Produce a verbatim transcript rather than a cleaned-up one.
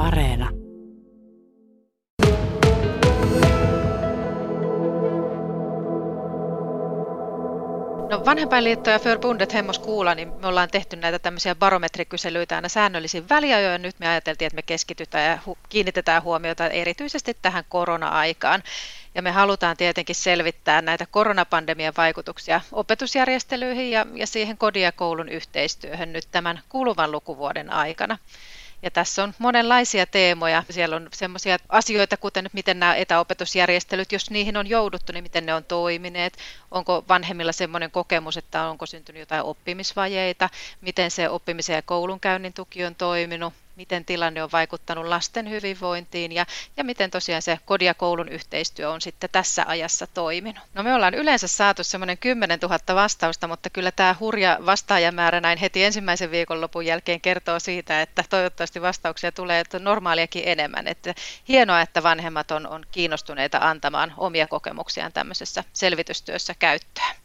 Areena. No, Vanhempainliitto ja Förbundet Hem och Skola, niin me ollaan tehty näitä tämmöisiä barometrikyselyitä aina säännöllisin väliajoin, ja nyt me ajateltiin, että me keskitytään ja hu- kiinnitetään huomiota erityisesti tähän korona-aikaan. Ja me halutaan tietenkin selvittää näitä koronapandemian vaikutuksia opetusjärjestelyihin ja, ja siihen kodin ja koulun yhteistyöhön nyt tämän kuluvan lukuvuoden aikana. Ja tässä on monenlaisia teemoja. Siellä on sellaisia asioita, kuten miten nämä etäopetusjärjestelyt, jos niihin on jouduttu, niin miten ne on toimineet. Onko vanhemmilla sellainen kokemus, että onko syntynyt jotain oppimisvajeita, miten se oppimisen ja koulunkäynnin tuki on toiminut, miten tilanne on vaikuttanut lasten hyvinvointiin ja, ja miten tosiaan se kodin ja koulun yhteistyö on sitten tässä ajassa toiminut. No, me ollaan yleensä saatu semmoinen kymmenen tuhatta vastausta, mutta kyllä tämä hurja vastaajamäärä näin heti ensimmäisen viikonlopun jälkeen kertoo siitä, että toivottavasti vastauksia tulee normaaliakin enemmän. Että hienoa, että vanhemmat on, on kiinnostuneita antamaan omia kokemuksiaan tämmöisessä selvitystyössä käyttöön.